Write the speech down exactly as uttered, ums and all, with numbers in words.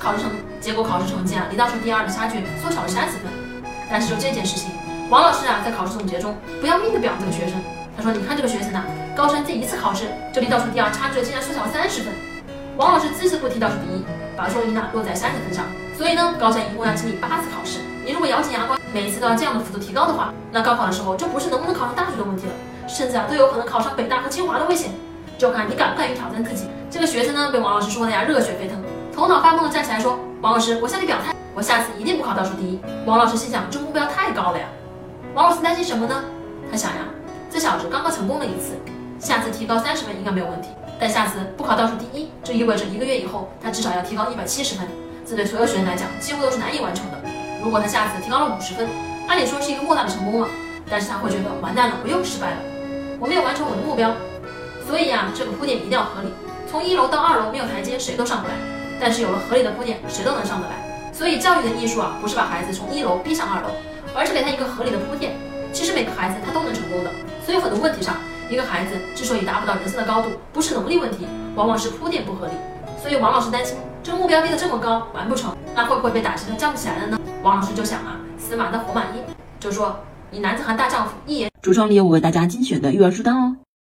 考试成结果考试成绩啊，离倒数第二的差距缩小了三十分。但是就这件事情，王老师啊在考试总结中不要命的表扬这个学生。他说：“你看这个学生呐、啊，高三这一次考试就离倒数第二差距竟然缩小了三十分。”王老师只字不提倒数第一，把重音呢落在三十分上。所以呢，高三一共要经历八次考试。你如果咬紧牙关，每一次都要这样的幅度提高的话，那高考的时候就不是能不能考上大学的问题了，甚至啊都有可能考上北大和清华的危险。就看你敢不敢于挑战自己。这个学生呢被王老师说的呀热血沸腾，头脑发懵的站起来说：“王老师，我向你表态，我下次一定不考倒数第一。”王老师心想，这目标太高了呀。王老师担心什么呢？他想呀，这小子刚刚成功了一次，下次提高三十分应该没有问题。但下次不考倒数第一，这意味着一个月以后他至少要提高一百七十分，这对所有学生来讲几乎都是难以完成的。如果他下次提高了五十分，按理说是一个莫大的成功了，但是他会觉得完蛋了，我又失败了，我没有完成我的目标。所以呀，这个铺垫一定要合理。从一楼到二楼没有台阶，谁都上不来。但是有了合理的铺垫，谁都能上得来。所以教育的艺术啊，不是把孩子从一楼逼上二楼，而是给他一个合理的铺垫。其实每个孩子他都能成功的。所以很多问题上，一个孩子之所以达不到人生的高度，不是能力问题，往往是铺垫不合理。所以王老师担心，这个目标定得这么高，完不成，那会不会被打击得站不起来了呢？王老师就想啊，死马当活马医，就说你男子汉大丈夫，一言。 橱窗里有我为大家精选的育儿书单哦。